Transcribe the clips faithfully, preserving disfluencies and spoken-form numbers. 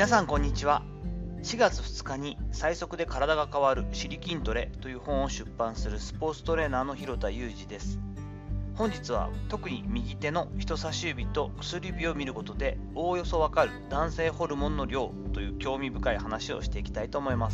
皆さんこんにちは。しがつふつかに最速で体が変わる尻筋トレという本を出版するスポーツトレーナーの広田裕二です。本日は特に右手の人差し指と薬指を見ることでおおよそわかる男性ホルモンの量という興味深い話をしていきたいと思います。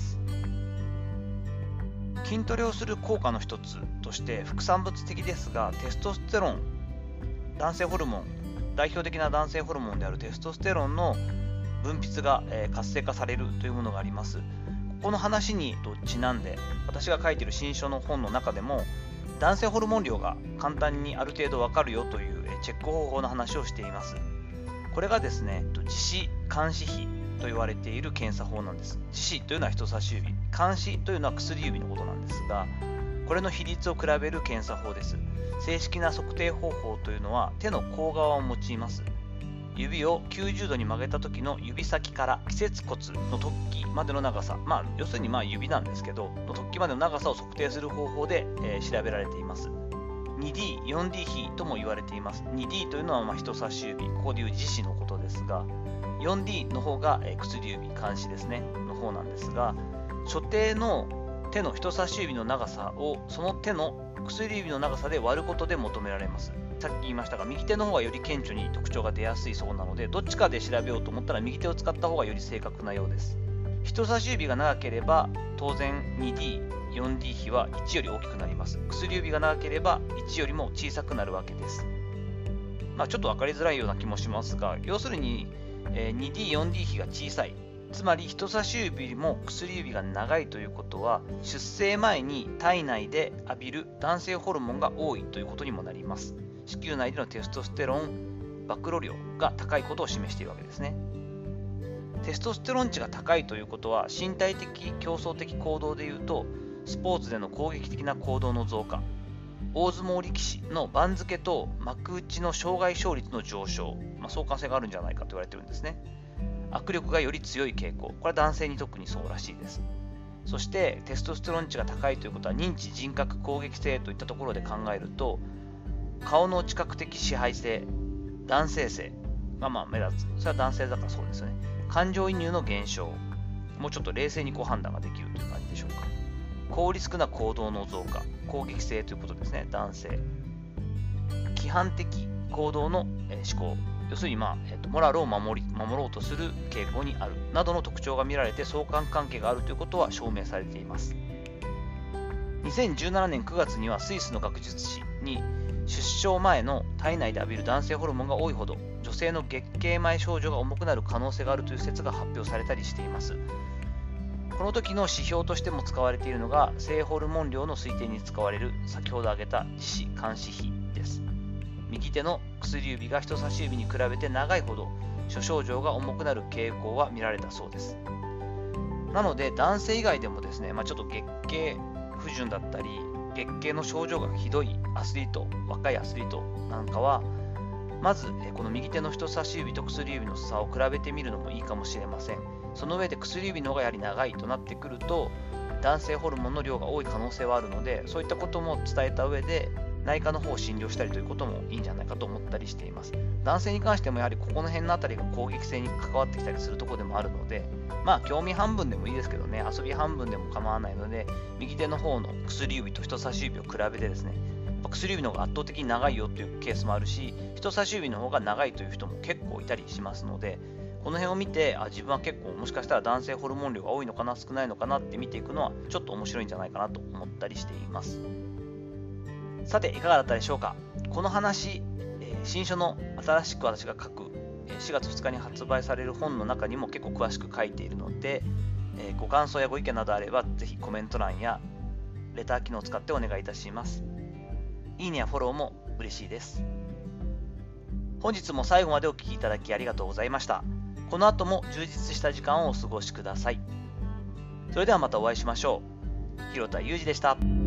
筋トレをする効果の一つとして副産物的ですが、テストステロン、男性ホルモン、代表的な男性ホルモンであるテストステロンの分泌が活性化されるというものがあります。ここの話にちなんで、私が書いている新書の本の中でも男性ホルモン量が簡単にある程度わかるよというチェック方法の話をしています。これがですね、自指監視比と言われている検査法なんです。自指というのは人差し指、監視というのは薬指のことなんですが、これの比率を比べる検査法です。正式な測定方法というのは手の甲側を用います。指をきゅうじゅうどに曲げた時の指先から橈節骨の突起までの長さ、まあ要するにまあ指なんですけど、の突起までの長さを測定する方法で、えー、調べられています。にディー、よんディー 比とも言われています。にディー というのはまあ人差し指、ここでいう自指のことですが、よんディー の方が、えー、薬指、監視ですね、の方なんですが、所定の手の人差し指の長さをその手の薬指の長さで割ることで求められます。さっき言いましたが、右手の方がより顕著に特徴が出やすいそうなので、どっちかで調べようと思ったら右手を使った方がより正確なようです。人差し指が長ければ当然 にディー、よんディー 比はいちより大きくなります。薬指が長ければいちよりも小さくなるわけです。まあ、ちょっと分かりづらいような気もしますが、要するに にディー、よんディー 比が小さい、つまり人差し指よりも薬指が長いということは、出生前に体内で浴びる男性ホルモンが多いということにもなります。子宮内でのテストステロン暴露量が高いことを示しているわけですね。テストステロン値が高いということは、身体的競争的行動でいうとスポーツでの攻撃的な行動の増加、大相撲力士の番付と幕内の障害勝率の上昇、まあ、相関性があるんじゃないかと言われているんですね。握力がより強い傾向、これは男性に特にそうらしいです。そしてテストステロン値が高いということは、認知、人格、攻撃性といったところで考えると、顔の知覚的支配性、男性性がまあ目立つ。それは男性だからそうですよね。感情移入の減少、もうちょっと冷静にこう判断ができるという感じでしょうか。高リスクな行動の増加、攻撃性ということですね、男性。規範的行動の思考、要するに、まあえー、とモラルを守り、守ろうとする傾向にあるなどの特徴が見られて、相関関係があるということは証明されています。にせんじゅうななねんくがつにはスイスの学術誌に、出生前の体内で浴びる男性ホルモンが多いほど女性の月経前症状が重くなる可能性があるという説が発表されたりしています。この時の指標としても使われているのが、性ホルモン量の推定に使われる先ほど挙げた自指監視比です。右手の薬指が人差し指に比べて長いほど諸症状が重くなる傾向は見られたそうです。なので男性以外でもですね、まあ、ちょっと月経不順だったり月経の症状がひどいアスリート、若いアスリートなんかは、まずこの右手の人差し指と薬指の差を比べてみるのもいいかもしれません。その上で薬指の方がやはり長いとなってくると、男性ホルモンの量が多い可能性はあるので、そういったことも伝えた上で内科の方を診療したりということもいいんじゃないかと思ったりしています。男性に関してもやはりここの辺のあたりが攻撃性に関わってきたりするところでもあるので、まあ興味半分でもいいですけどね、遊び半分でも構わないので、右手の方の薬指と人差し指を比べてですね、薬指の方が圧倒的に長いよというケースもあるし、人差し指の方が長いという人も結構いたりしますので、この辺を見て、あ、自分は結構もしかしたら男性ホルモン量が多いのかな、少ないのかなって見ていくのはちょっと面白いんじゃないかなと思ったりしています。さていかがだったでしょうか。この話、えー、新書の新しく私が書くしがつふつかに発売される本の中にも結構詳しく書いているので、えー、ご感想やご意見などあればぜひコメント欄やレター機能を使ってお願いいたします。いいねやフォローも嬉しいです。本日も最後までお聞きいただきありがとうございました。この後も充実した時間をお過ごしください。それではまたお会いしましょう。広田裕二でした。